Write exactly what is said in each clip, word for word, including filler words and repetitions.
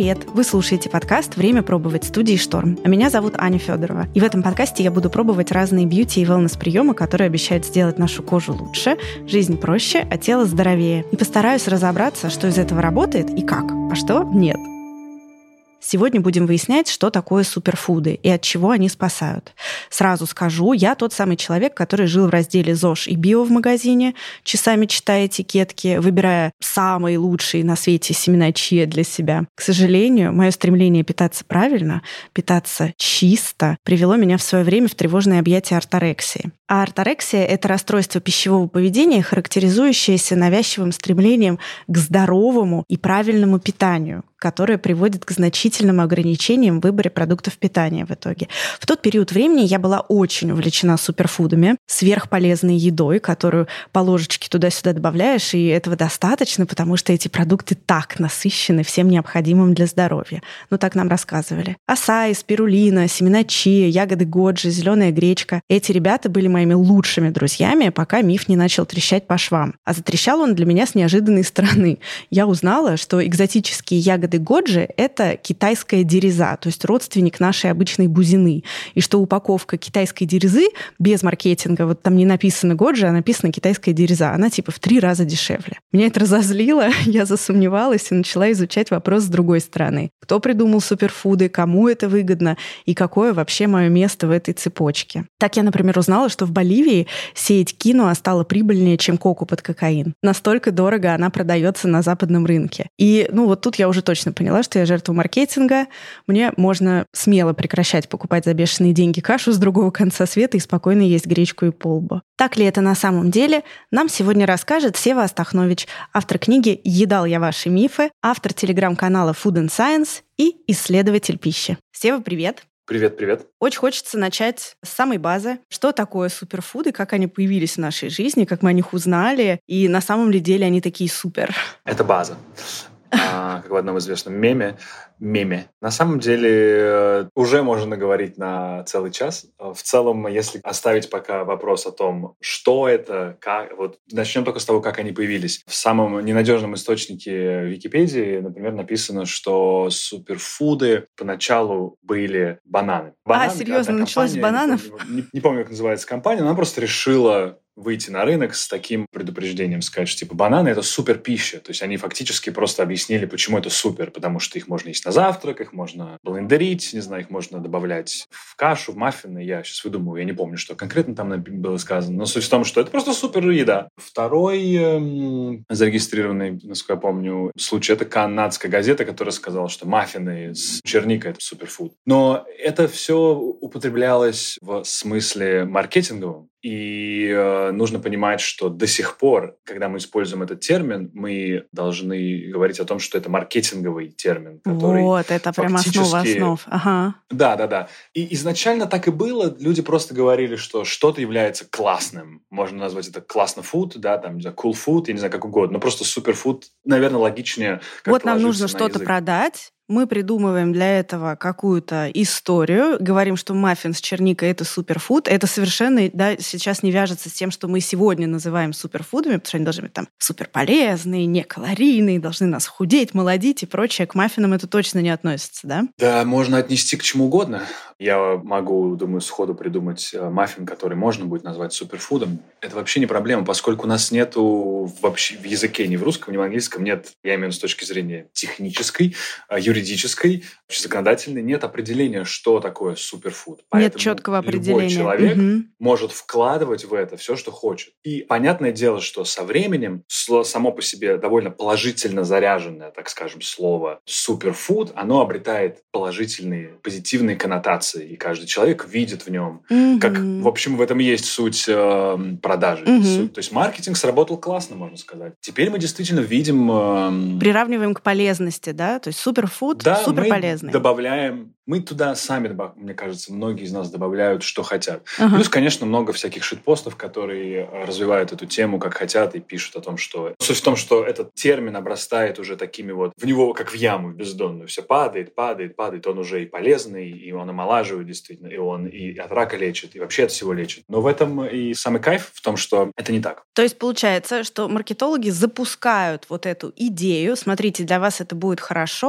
привет! Вы слушаете подкаст «Время пробовать» студии «Шторм». А меня зовут Аня Федорова. И в этом подкасте я буду пробовать разные бьюти и wellness-приемы, которые обещают сделать нашу кожу лучше, жизнь проще, а тело здоровее. И постараюсь разобраться, что из этого работает и как, а что нет. Сегодня будем выяснять, что такое суперфуды и от чего они спасают. Сразу скажу, я тот самый человек, который жил в разделе ЗОЖ и био в магазине, часами читая этикетки, выбирая самые лучшие на свете семена чиа для себя. К сожалению, мое стремление питаться правильно, питаться чисто, привело меня в свое время в тревожное объятие орторексии. А орторексия — это расстройство пищевого поведения, характеризующееся навязчивым стремлением к здоровому и правильному питанию, которое приводит к значительным ограничениям в выборе продуктов питания в итоге. В тот период времени я была очень увлечена суперфудами, сверхполезной едой, которую по ложечке туда-сюда добавляешь, и этого достаточно, потому что эти продукты так насыщены всем необходимым для здоровья. Ну, так нам рассказывали. Асаи, спирулина, семена чиа, ягоды годжи, зеленая гречка. Эти ребята были моими лучшими друзьями, пока миф не начал трещать по швам. А затрещал он для меня с неожиданной стороны. Я узнала, что экзотические ягоды годжи — это китайская дереза, то есть родственник нашей обычной бузины. И что упаковка китайской дерезы без маркетинга, вот там не написано годжи, а написано китайская дереза, она типа в три раза дешевле. Меня это разозлило, я засомневалась и начала изучать вопрос с другой стороны. Кто придумал суперфуды, кому это выгодно и какое вообще мое место в этой цепочке. Так я, например, узнала, что в Боливии сеять киноа стало прибыльнее, чем коку под кокаин. Настолько дорого она продается на западном рынке. И ну вот тут я уже точно поняла, что я жертва маркетинга. Мне можно смело прекращать покупать за бешеные деньги кашу с другого конца света и спокойно есть гречку и полбу. Так ли это на самом деле, нам сегодня расскажет Сева Астахнович, автор книги «Едал я ваши мифы», автор телеграм-канала Food and Science и исследователь пищи. Сева, привет! Привет, привет. Очень хочется начать с самой базы. Что такое суперфуды, как они появились в нашей жизни, как мы о них узнали, и на самом ли деле они такие супер? Это база. А, как в одном известном меме, меме. На самом деле уже можно говорить на целый час. В целом, если оставить пока вопрос о том, что это, как, вот начнем только с того, как они появились. В самом ненадежном источнике Википедии, например, написано, что суперфуды поначалу были бананы. бананы а, серьезно, началось с бананов? Не помню, не, не помню, как называется компания, но она просто решила выйти на рынок с таким предупреждением, сказать, что типа бананы — это супер пища. То есть они фактически просто объяснили, почему это супер. Потому что их можно есть на завтрак, их можно блендерить, не знаю, их можно добавлять в кашу, в маффины. Я сейчас выдумываю, я не помню, что конкретно там было сказано. Но суть в том, что это просто супер еда. Второй эм, зарегистрированный, насколько я помню, случай — это канадская газета, которая сказала, что маффины с черникой — это суперфуд. Но это все употреблялось в смысле маркетинговом. И э, нужно понимать, что до сих пор, когда мы используем этот термин, мы должны говорить о том, что это маркетинговый термин, который вот, это прям фактически... основа основ. Ага. Да, да, да. И изначально так и было. Люди просто говорили, что что-то является классным. Можно назвать это классно food, да, там, не знаю, cool food, я не знаю, как угодно. Но просто суперфуд, наверное, логичнее. Вот нам нужно что-то язык. продать. Мы придумываем для этого какую-то историю, говорим, что маффин с черникой — это суперфуд. Это совершенно да, сейчас не вяжется с тем, что мы сегодня называем суперфудами, потому что они должны быть там суперполезные, некалорийные, должны нас худеть, молодить и прочее. К маффинам это точно не относится, да? Да, можно отнести к чему угодно. Я могу, думаю, сходу придумать маффин, который можно будет назвать суперфудом. Это вообще не проблема, поскольку у нас нету вообще в языке, ни в русском, ни в английском, нет, я имею в виду с точки зрения технической, юридической, юридической, законодательной, нет определения, что такое суперфуд. Нет четкого определения. Любой человек угу. может вкладывать в это все, что хочет. И понятное дело, что со временем само по себе довольно положительно заряженное, так скажем, слово суперфуд, оно обретает положительные, позитивные коннотации. И каждый человек видит в нем, угу. как, в общем, в этом есть суть э, продажи. Угу. Суть. То есть маркетинг сработал классно, можно сказать. Теперь мы действительно видим... Э, Приравниваем к полезности, да? То есть суперфуд Да, супер мы полезный. добавляем, мы туда сами, мне кажется, многие из нас добавляют, что хотят. Uh-huh. Плюс, конечно, много всяких шитпостов, которые развивают эту тему как хотят и пишут о том, что... Суть в том, что этот термин обрастает уже такими вот... В него как в яму, в бездонную. Все падает, падает, падает. Он уже и полезный, и он омолаживает действительно, и он и от рака лечит, и вообще от всего лечит. Но в этом и самый кайф в том, что это не так. То есть получается, что маркетологи запускают вот эту идею. Смотрите, для вас это будет хорошо, а мы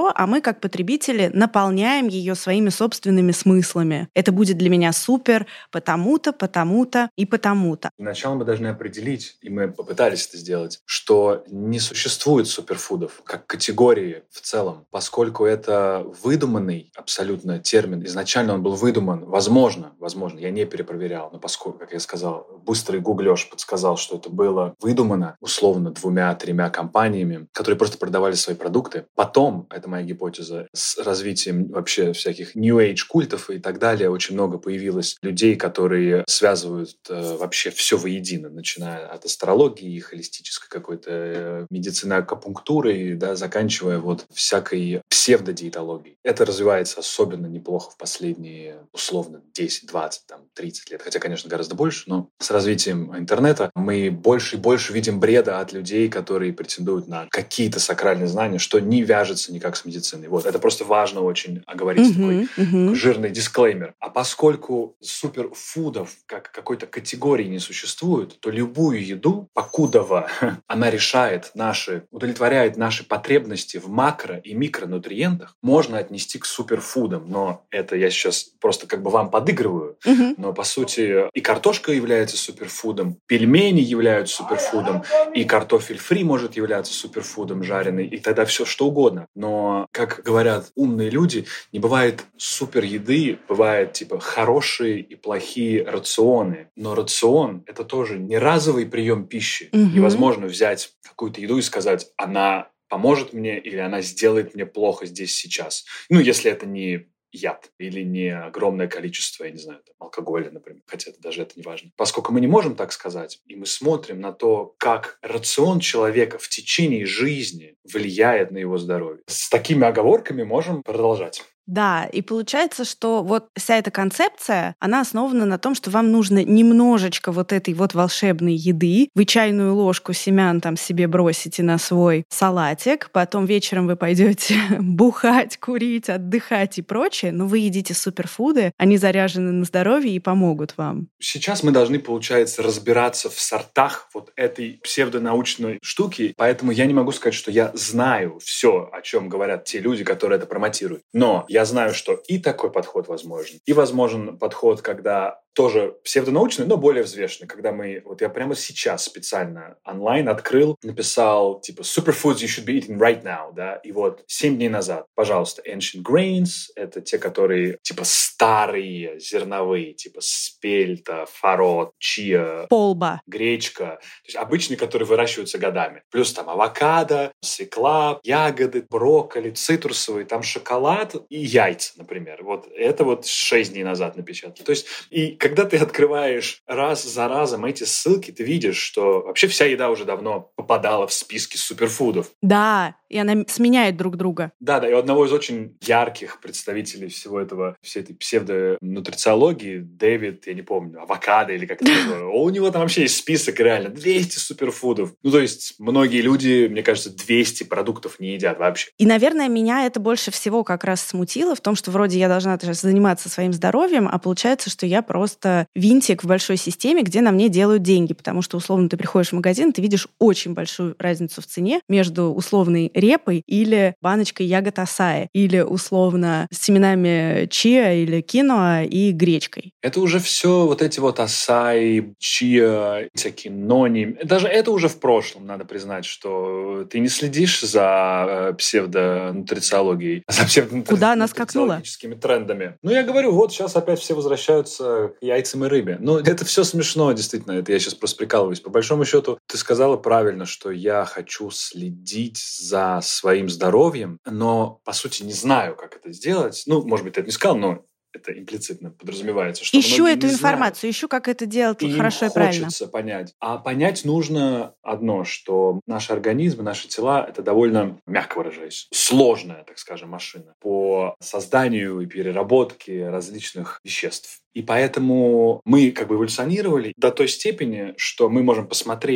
как потребители, наполняем ее своими собственными смыслами. Это будет для меня супер потому-то, потому-то и потому-то. Сначала мы должны определить, и мы попытались это сделать, что не существует суперфудов как категории в целом, поскольку это выдуманный абсолютно термин. Изначально он был выдуман, возможно, возможно, я не перепроверял, но поскольку, как я сказал, быстрый гуглёж подсказал, что это было выдумано условно двумя-тремя компаниями, которые просто продавали свои продукты. Потом, это моя гипотеза, с развитием вообще всяких New Age культов и так далее, очень много появилось людей, которые связывают э, вообще все воедино, начиная от астрологии, холистической какой-то э, медицины, акупунктуры, да, заканчивая вот всякой псевдодиетологией. Это развивается особенно неплохо в последние, условно, десять, двадцать, там, тридцать лет. Хотя, конечно, гораздо больше, но с развитием интернета мы больше и больше видим бреда от людей, которые претендуют на какие-то сакральные знания, что не вяжется никак с медициной. Вот. Это просто важно очень оговорить, uh-huh, такой uh-huh. жирный дисклеймер. А поскольку суперфудов как какой-то категории не существует, то любую еду, покудова она решает наши, удовлетворяет наши потребности в макро- и микронутриентах, можно отнести к суперфудам. Но это я сейчас просто как бы вам подыгрываю. Uh-huh. Но по сути и картошка является суперфудом, пельмени являются суперфудом, и картофель фри может являться суперфудом жареный, и тогда все что угодно. Но, как говорят умные люди, не бывает супер еды, бывает типа хорошие и плохие рационы. Но рацион — это тоже не разовый прием пищи. Угу. Невозможно взять какую-то еду и сказать, она поможет мне или она сделает мне плохо здесь сейчас. Ну, если это не яд или не огромное количество, я не знаю, там, алкоголя, например, хотя это, даже это не важно. Поскольку мы не можем так сказать, и мы смотрим на то, как рацион человека в течение жизни влияет на его здоровье. С такими оговорками можем продолжать. Да, и получается, что вот вся эта концепция, она основана на том, что вам нужно немножечко вот этой вот волшебной еды. Вы чайную ложку семян там себе бросите на свой салатик, потом вечером вы пойдете бухать, курить, отдыхать и прочее, но вы едите суперфуды, они заряжены на здоровье и помогут вам. Сейчас мы должны, получается, разбираться в сортах вот этой псевдонаучной штуки, поэтому я не могу сказать, что я знаю все, о чем говорят те люди, которые это промотируют. Но я Я знаю, что и такой подход возможен, и возможен подход, когда тоже псевдонаучный, но более взвешенный, когда мы, вот я прямо сейчас специально онлайн открыл, написал, типа, superfoods you should be eating right now, да, и вот семь дней назад, пожалуйста, ancient grains, это те, которые, типа, старые зерновые, типа, спельта, фарод, чиа, полба, гречка, то есть обычные, которые выращиваются годами, плюс там авокадо, свекла, ягоды, брокколи, цитрусовые, там шоколад и яйца, например, вот это вот шесть дней назад напечатано, то есть и когда ты открываешь раз за разом эти ссылки, ты видишь, что вообще вся еда уже давно попадала в списки суперфудов. Да, и она сменяет друг друга. Да, да, и у одного из очень ярких представителей всего этого, всей этой псевдонутрициологии, Дэвид, я не помню, авокадо или как-то такое, у него там вообще есть список реально двести суперфудов. Ну, то есть многие люди, мне кажется, двести продуктов не едят вообще. И, наверное, меня это больше всего как раз смутило в том, что вроде я должна сейчас заниматься своим здоровьем, а получается, что я просто просто винтик в большой системе, где на мне делают деньги, потому что, условно, ты приходишь в магазин, ты видишь очень большую разницу в цене между условной репой или баночкой ягод асаи, или, условно, семенами чиа или киноа и гречкой. Это уже все вот эти вот асаи, чиа, всякие нони. Даже это уже в прошлом, надо признать, что ты не следишь за псевдонутрициологией, за псевдонутрициологическими трендами. Ну, я говорю, вот сейчас опять все возвращаются к яйцам и рыбе. Ну, это все смешно, действительно. Это я сейчас просто прикалываюсь. По большому счету, ты сказала правильно, что я хочу следить за своим здоровьем, но, по сути, не знаю, как это сделать. Ну, может быть, ты это не сказал, но это имплицитно подразумевается, что ищу эту информацию, ищу, как это делать и хорошо и правильно. Хочется понять. А понять нужно одно, что наши организмы, наши тела — это довольно, мягко выражаясь, сложная, так скажем, машина по созданию и переработке различных веществ. И поэтому мы как бы эволюционировали до той степени, что мы можем посмотреть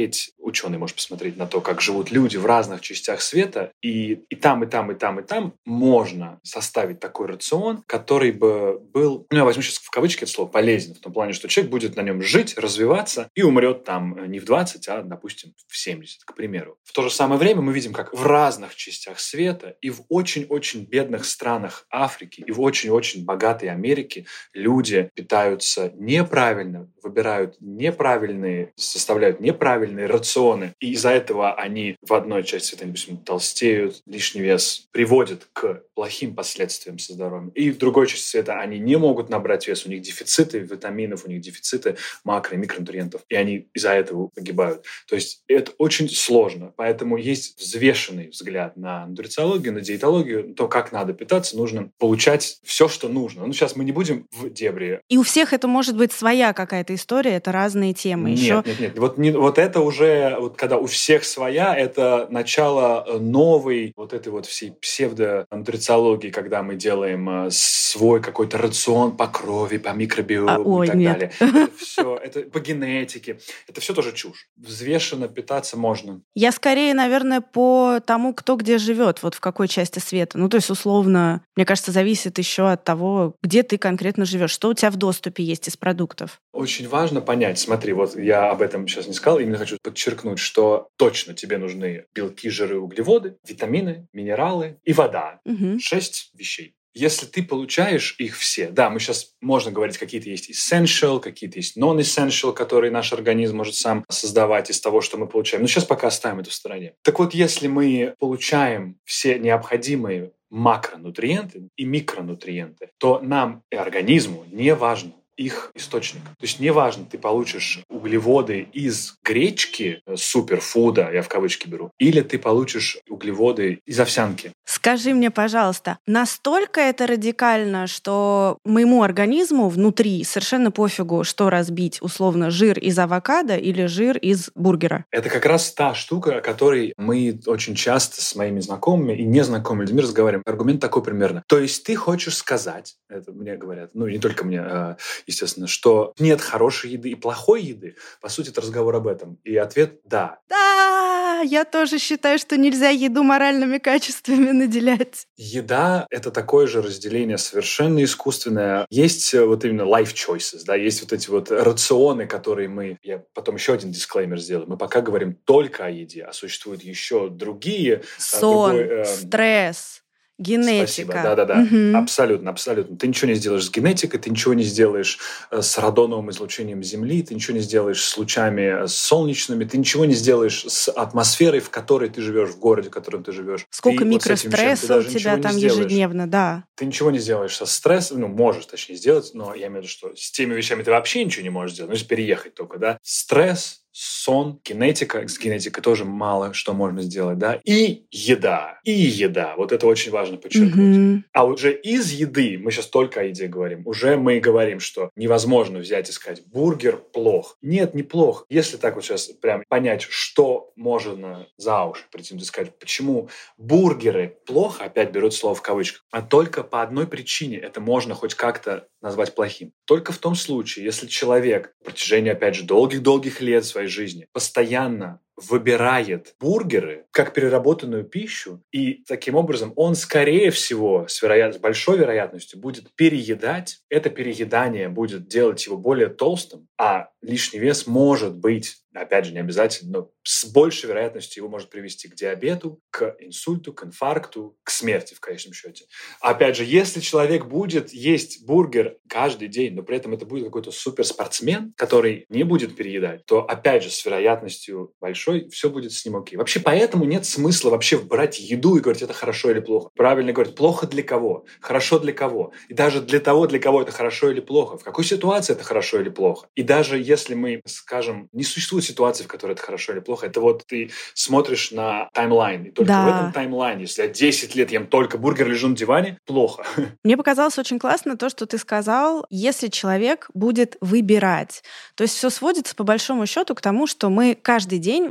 ученый может посмотреть на то, как живут люди в разных частях света, и, и там, и там, и там, и там можно составить такой рацион, который бы был, ну, я возьму сейчас в кавычки это слово, полезен, в том плане, что человек будет на нем жить, развиваться и умрет там не в двадцать, а, допустим, в семьдесят, к примеру. В то же самое время мы видим, как в разных частях света и в очень-очень бедных странах Африки, и в очень-очень богатой Америке люди питаются неправильно, выбирают неправильные, составляют неправильные рационы, и из-за этого они в одной части света, допустим, толстеют, лишний вес приводит к плохим последствиям со здоровьем, и в другой части света они не могут набрать вес, у них дефициты витаминов, у них дефициты макро- и микронутриентов, и они из-за этого погибают. То есть это очень сложно, поэтому есть взвешенный взгляд на нутрициологию, на диетологию, то, как надо питаться, нужно получать все, что нужно. Ну, сейчас мы не будем в дебри. И у всех это может быть своя какая-то история, это разные темы. Нет, Еще... нет, нет. Вот, не, вот это уже, вот когда у всех своя, это начало новой вот этой вот всей псевдонутрициологии, когда мы делаем свой какой-то рацион по крови, по микробиому а, ой, и так нет. далее. Это все, это по генетике. Это все тоже чушь. Взвешенно питаться можно. Я скорее, наверное, по тому, кто где живет, вот в какой части света. Ну, то есть, условно, мне кажется, зависит еще от того, где ты конкретно живешь, что у тебя в доступе есть из продуктов. Очень важно понять, смотри, вот я об этом сейчас не сказал, именно хочу подчеркнуть, что точно тебе нужны белки, жиры, углеводы, витамины, минералы и вода. Угу. Шесть вещей. Если ты получаешь их все, да, мы сейчас, можно говорить, какие-то есть essential, какие-то есть non-essential, которые наш организм может сам создавать из того, что мы получаем. Но сейчас пока оставим это в стороне. Так вот, если мы получаем все необходимые макронутриенты и микронутриенты, то нам и организму не важно их источник. То есть неважно, ты получишь углеводы из гречки, суперфуда, я в кавычки беру, или ты получишь углеводы из овсянки. Скажи мне, пожалуйста, настолько это радикально, что моему организму внутри совершенно пофигу, что разбить, условно, жир из авокадо или жир из бургера? Это как раз та штука, о которой мы очень часто с моими знакомыми и незнакомыми людьми разговариваем. Аргумент такой примерно. То есть ты хочешь сказать, это мне говорят, ну не только мне, естественно, что нет хорошей еды и плохой еды. По сути, это разговор об этом. И ответ – да. Да, я тоже считаю, что нельзя еду моральными качествами наделять. Еда – это такое же разделение совершенно искусственное. Есть вот именно life choices, да, есть вот эти вот рационы, которые мы… Я потом еще один дисклеймер сделаю. Мы пока говорим только о еде, а существуют еще другие… Сон, другой, э, стресс. Генетика. Спасибо, да-да-да, угу. абсолютно, абсолютно. Ты ничего не сделаешь с генетикой, ты ничего не сделаешь с радоновым излучением Земли, ты ничего не сделаешь с лучами солнечными, ты ничего не сделаешь с атмосферой, в которой ты живешь, в городе, в котором ты живешь. Сколько ты микростресса вот у тебя там ежедневно, да. Ты ничего не сделаешь со стрессом, ну, можешь, точнее, сделать, но я имею в виду, что с теми вещами ты вообще ничего не можешь сделать, ну, если переехать только, да. Стресс, сон, генетика. С генетикой тоже мало что можно сделать, да. И еда. И еда. Вот это очень важно подчеркнуть. Mm-hmm. А уже из еды, мы сейчас только о еде говорим, уже мы говорим, что невозможно взять и сказать, бургер плох. Нет, не плох. Если так вот сейчас прям понять, что можно за уши прийти сказать, почему бургеры плохо, опять берут слово в кавычках, а только по одной причине это можно хоть как-то назвать плохим. Только в том случае, если человек в протяжении, опять же, долгих-долгих лет своей жизни постоянно выбирает бургеры как переработанную пищу, и таким образом он, скорее всего, с, вероят... с большой вероятностью будет переедать. Это переедание будет делать его более толстым, а лишний вес может быть, опять же, не обязательно, но с большей вероятностью его может привести к диабету, к инсульту, к инфаркту, к смерти в конечном счете. Опять же, если человек будет есть бургер каждый день, но при этом это будет какой-то суперспортсмен, который не будет переедать, то, опять же, с вероятностью большой все будет с ним окей. Вообще, поэтому нет смысла вообще брать еду и говорить, это хорошо или плохо. Правильно говорить, плохо для кого, хорошо для кого. И даже для того, для кого это хорошо или плохо. В какой ситуации это хорошо или плохо. И даже если мы скажем, не существует ситуации, в которой это хорошо или плохо, это вот ты смотришь на таймлайн, и только да. в этом таймлайне, если я десять лет ем только бургер, лежу на диване, плохо. Мне показалось очень классно то, что ты сказал, если человек будет выбирать. То есть все сводится по большому счету к тому, что мы каждый день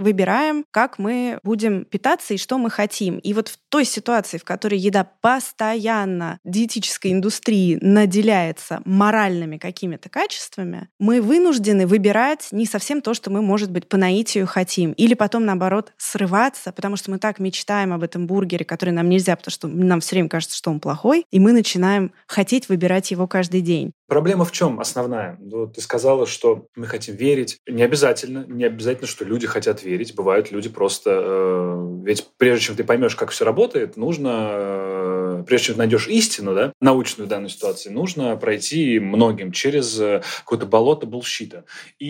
выбираем, как мы будем питаться и что мы хотим. И вот в той ситуации, в которой еда постоянно диетической индустрии наделяется моральными какими-то качествами, мы вынуждены выбирать не совсем то, что мы, может быть, по наитию хотим. Или потом, наоборот, срываться, потому что мы так мечтаем об этом бургере, который нам нельзя, потому что нам все время кажется, что он плохой, и мы начинаем хотеть выбирать его каждый день. Проблема в чем основная? Ну, ты сказала, что мы хотим верить. Не обязательно, не обязательно, что люди хотят верить. Бывают люди просто... Э, ведь прежде чем ты поймешь, как все работает, нужно... Э, прежде чем ты найдешь истину, да, научную в данной ситуации, нужно пройти многим через какое-то болото булщита.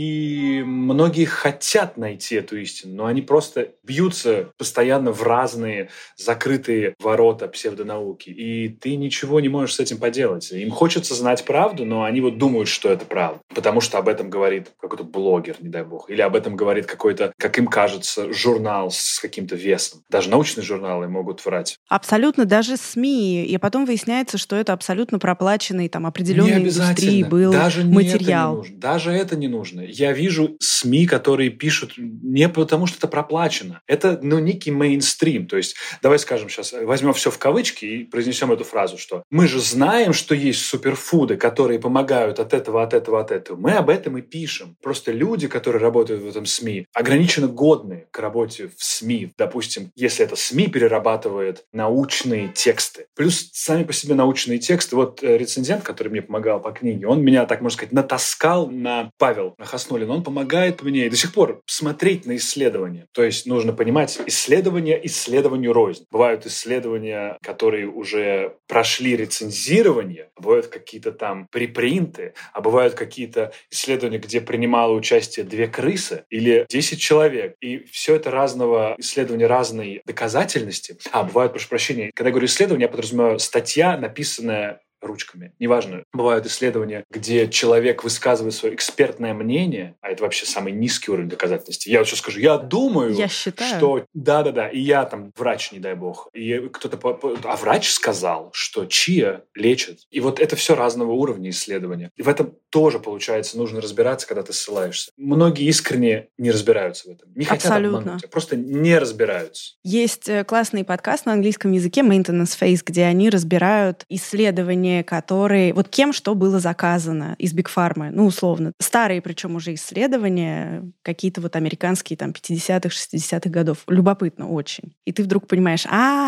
И многие хотят найти эту истину, но они просто бьются постоянно в разные закрытые ворота псевдонауки. И ты ничего не можешь с этим поделать. Им хочется знать правду, но они вот думают, что это правда, потому что об этом говорит какой-то блогер, не дай бог, или об этом говорит какой-то, как им кажется, журнал с каким-то весом. Даже научные журналы могут врать. Абсолютно, даже СМИ. И потом выясняется, что это абсолютно проплаченный там определенной индустрии был даже материал. Это не нужно. Даже это не нужно. Я вижу СМИ, которые пишут не потому, что это проплачено. Это, ну, некий мейнстрим. То есть, давай скажем сейчас, возьмем все в кавычки и произнесем эту фразу, что мы же знаем, что есть суперфуды, которые помогают от этого, от этого, от этого. Мы об этом и пишем. Просто люди, которые работают в этом СМИ, ограниченно годны к работе в СМИ. Допустим, если это СМИ перерабатывает научные тексты. Плюс сами по себе научные тексты. Вот рецензент, который мне помогал по книге, он меня, так можно сказать, натаскал на Павел Хаснуллин. Он помогает мне и до сих пор смотреть на исследования. То есть нужно понимать, исследования исследованию рознь. Бывают исследования, которые уже прошли рецензирование, бывают какие-то там припринты, а бывают какие-то исследования, где принимало участие две крысы или десять человек. И все это разного исследования разной доказательности. А, бывают, прошу прощения, когда я говорю исследование, я подразумеваю статья, написанная ручками. Неважно. Бывают исследования, где человек высказывает свое экспертное мнение, а это вообще самый низкий уровень доказательности. Я вот сейчас скажу, я думаю, я считаю. что... Да-да-да, и я там врач, не дай бог. И кто-то... А врач сказал, что чиа лечит. И вот это все разного уровня исследования. И в этом тоже, получается, нужно разбираться, когда ты ссылаешься. Многие искренне не разбираются в этом. Не хотят Абсолютно. обмануть, а просто не разбираются. Есть классный подкаст на английском языке Maintenance Phase, где они разбирают исследования, которые... Вот кем что было заказано из Big Pharma, ну, условно. Старые, причем уже исследования, какие-то вот американские, там, пятидесятых, шестидесятых годов. Любопытно очень. И ты вдруг понимаешь,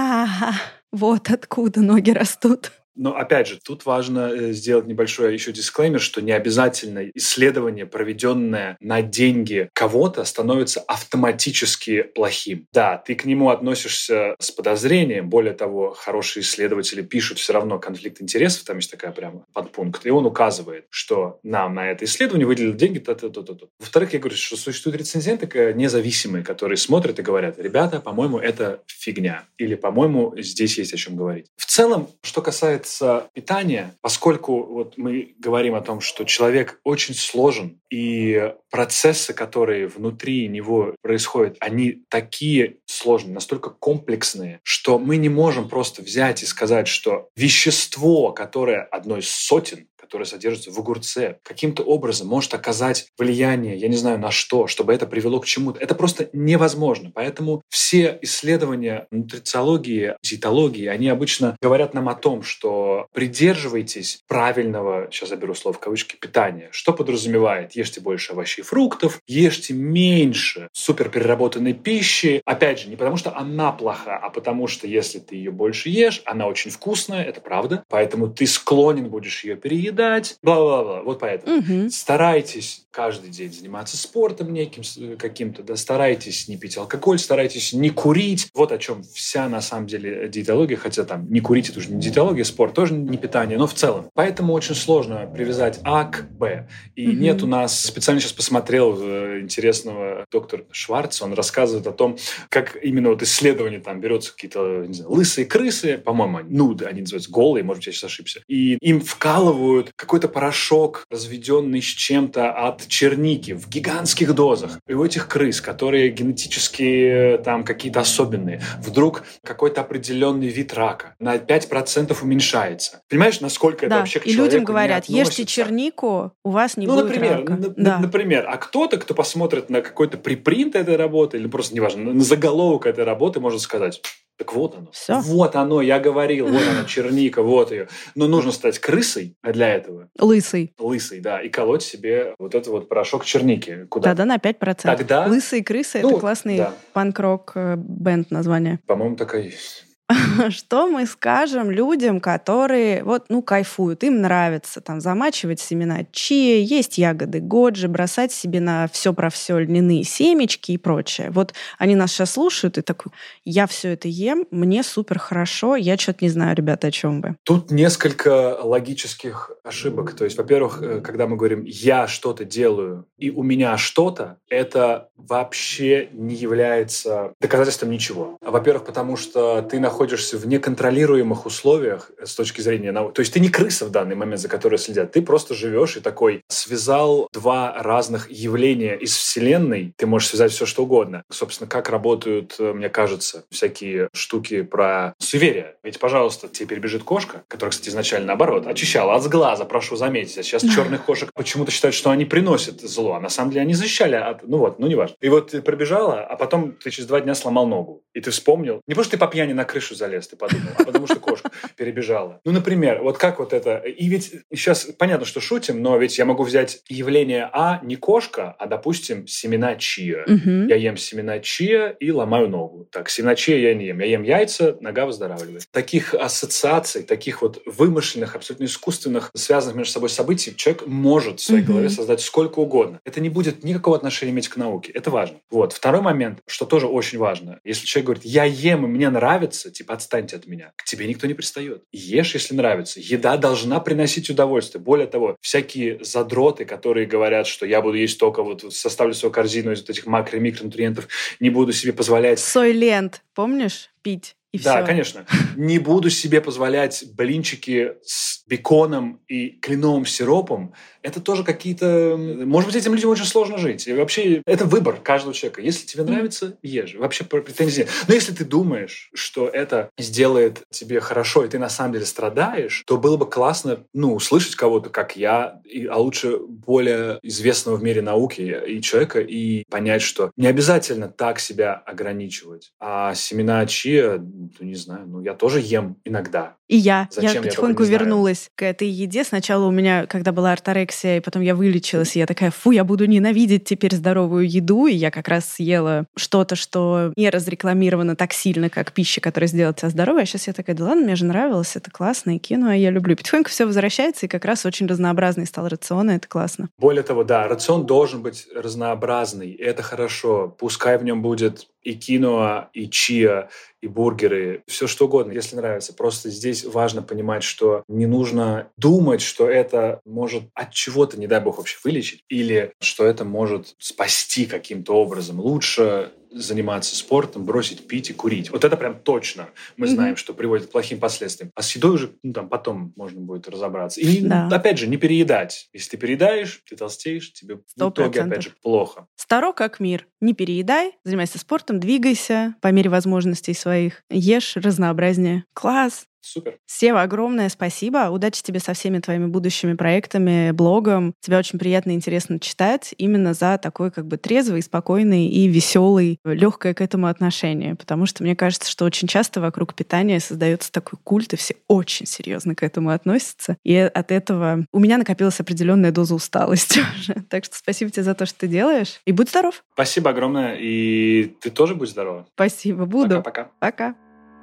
а вот откуда ноги растут. Но, опять же, тут важно сделать небольшой еще дисклеймер, что не обязательно исследование, проведенное на деньги кого-то, становится автоматически плохим. Да, ты к нему относишься с подозрением. Более того, хорошие исследователи пишут все равно конфликт интересов, там есть такая прямо подпункт, и он указывает, что нам на это исследование выделили деньги, то-то-то-то. Во-вторых, я говорю, что существуют рецензенты независимые, которые смотрят и говорят, ребята, по-моему, это фигня. Или, по-моему, здесь есть о чем говорить. В целом, что касается питания, поскольку вот мы говорим о том, что человек очень сложен, и процессы, которые внутри него происходят, они такие сложные, настолько комплексные, что мы не можем просто взять и сказать, что вещество, которое одно из сотен, которое содержится в огурце, каким-то образом может оказать влияние, я не знаю на что, чтобы это привело к чему-то. Это просто невозможно. Поэтому все исследования нутрициологии, диетологии, они обычно говорят нам о том, что придерживайтесь правильного, сейчас я беру слово в кавычки, питания. Что подразумевает? Ешьте больше овощей и фруктов, ешьте меньше суперпереработанной пищи. Опять же, не потому что она плоха, а потому что если ты ее больше ешь, она очень вкусная, это правда. Поэтому ты склонен будешь ее переедать, бла-бла-бла. Вот поэтому. Угу. Старайтесь каждый день заниматься спортом неким каким-то, да, старайтесь не пить алкоголь, старайтесь не курить. Вот о чем вся, на самом деле, диетология, хотя там не курить, это уже не диетология, спорт тоже не питание, но в целом. Поэтому очень сложно привязать А к Б. И угу. нет у нас, специально сейчас посмотрел интересного доктора Шварца, он рассказывает о том, как именно вот исследования, там берется какие-то, не знаю, лысые крысы, по-моему, ну, они называются голые, может быть, я сейчас ошибся, и им вкалывают делают какой-то порошок, разведенный с чем-то от черники в гигантских дозах. И у этих крыс, которые генетически там какие-то особенные, вдруг какой-то определенный вид рака на пять процентов уменьшается. Понимаешь, насколько да. это вообще к и человеку людям говорят, не относится? ешьте чернику, у вас не ну, будет например, рака. Н- да. Например, а кто-то, кто посмотрит на какой-то припринт этой работы, или просто, неважно, на заголовок этой работы, может сказать... Так вот оно. Всё. Вот оно, я говорил, вот она, черника, вот ее. Но нужно стать крысой для этого. Лысый. Лысый, да, и колоть себе вот этот вот порошок черники. Куда? Да-да, на пять процентов. Тогда... Лысые крысы ну, — это классный да. панк-рок бэнд название. По-моему, такая есть. Что мы скажем людям, которые вот, ну, кайфуют, им нравится там замачивать семена чиа, есть ягоды годжи, бросать себе на все про все льняные семечки и прочее. Вот они нас сейчас слушают и такой, я все это ем, мне супер хорошо, я что-то не знаю, ребята, о чем вы. Тут несколько логических ошибок. То есть, во-первых, когда мы говорим «я что-то делаю» и «у меня что-то», это вообще не является доказательством ничего. Во-первых, потому что ты находишься в неконтролируемых условиях с точки зрения науки. То есть ты не крыса в данный момент, за которой следят. Ты просто живешь и такой связал два разных явления из Вселенной. Ты можешь связать все, что угодно. Собственно, как работают, мне кажется, всякие штуки про суеверие. Ведь, пожалуйста, тебе перебежит кошка, которая, кстати, изначально, наоборот, очищала от сглаза, прошу заметить. А сейчас черных кошек почему-то считают, что они приносят зло. А на самом деле они защищали от... Ну вот, ну не важно. И вот ты пробежала, а потом ты через два дня сломал ногу. И ты вспомнил. Не потому, что ты по пьяни на крышу залез, ты подумал, а потому что кошка перебежала. Ну, например, вот как вот это... И ведь сейчас понятно, что шутим, но ведь я могу взять явление А не кошка, а, допустим, семена чиа. Угу. Я ем семена чиа и ломаю ногу. Так, семена чиа я не ем. Я ем яйца, нога выздоравливает. Таких ассоциаций, таких вот вымышленных, абсолютно искусственных, связанных между собой событий человек может в своей угу. голове создать сколько угодно. Это не будет никакого отношения иметь к науке. Это важно. Вот. Второй момент, что тоже очень важно. Если человек говорит, я ем, и мне нравится, типа, отстаньте от меня. К тебе никто не пристает. Ешь, если нравится. Еда должна приносить удовольствие. Более того, всякие задроты, которые говорят, что я буду есть только вот составлю свою корзину из вот этих макро- и микронутриентов, не буду себе позволять... Сой-лент, помнишь? Пить. И да, всё. Конечно. Не буду себе позволять блинчики с беконом и кленовым сиропом. Это тоже какие-то... Может быть, этим людям очень сложно жить. И вообще, это выбор каждого человека. Если тебе нравится, ешь. Вообще претензий нет. Но если ты думаешь, что это сделает тебе хорошо, и ты на самом деле страдаешь, то было бы классно, ну, услышать кого-то, как я, и, а лучше более известного в мире науки и человека, и понять, что не обязательно так себя ограничивать. А семена чиа, ну, не знаю, ну, я тоже ем иногда. И я. Зачем я потихоньку я вернулась к этой еде. Сначала у меня, когда была орторексия, и потом я вылечилась, и я такая, фу, я буду ненавидеть теперь здоровую еду. И я как раз съела что-то, что не разрекламировано так сильно, как пища, которая сделает тебя здоровой. А сейчас я такая, да ладно, мне же нравилось, это классно, и кино я люблю. Потихоньку все возвращается, и как раз очень разнообразный стал рацион, и это классно. Более того, да, рацион должен быть разнообразный, и это хорошо. Пускай в нем будет и киноа, и чиа, и бургеры, все что угодно, если нравится. Просто здесь важно понимать, что не нужно думать, что это может от чего-то, не дай бог, вообще вылечить, или что это может спасти каким-то образом. Лучше заниматься спортом, бросить пить и курить. Вот это прям точно мы знаем, mm-hmm. что приводит к плохим последствиям. А с едой уже ну, там, потом можно будет разобраться. И, да. опять же, не переедать. Если ты переедаешь, ты толстеешь, тебе сто процентов. В итоге, опять же, плохо. Старо как мир. Не переедай, занимайся спортом, двигайся по мере возможностей своих. Ешь разнообразнее. Класс! Супер. Сева, огромное спасибо. Удачи тебе со всеми твоими будущими проектами, блогом. Тебя очень приятно и интересно читать именно за такой как бы трезвый, спокойный и веселый, легкое к этому отношение. Потому что мне кажется, что очень часто вокруг питания создается такой культ, и все очень серьезно к этому относятся. И от этого у меня накопилась определенная доза усталости уже. Так что спасибо тебе за то, что ты делаешь. И будь здоров. Спасибо огромное. И ты тоже будь здорова. Спасибо. Буду. Пока-пока. Пока.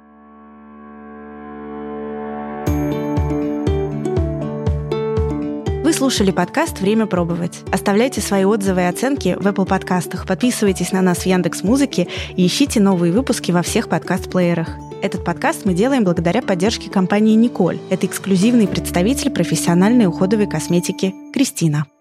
Вы слушали подкаст «Время пробовать». Оставляйте свои отзывы и оценки в Apple подкастах, подписывайтесь на нас в Яндекс.Музыке и ищите новые выпуски во всех подкаст-плеерах. Этот подкаст мы делаем благодаря поддержке компании «Николь». Это эксклюзивный представитель профессиональной уходовой косметики «Кристина».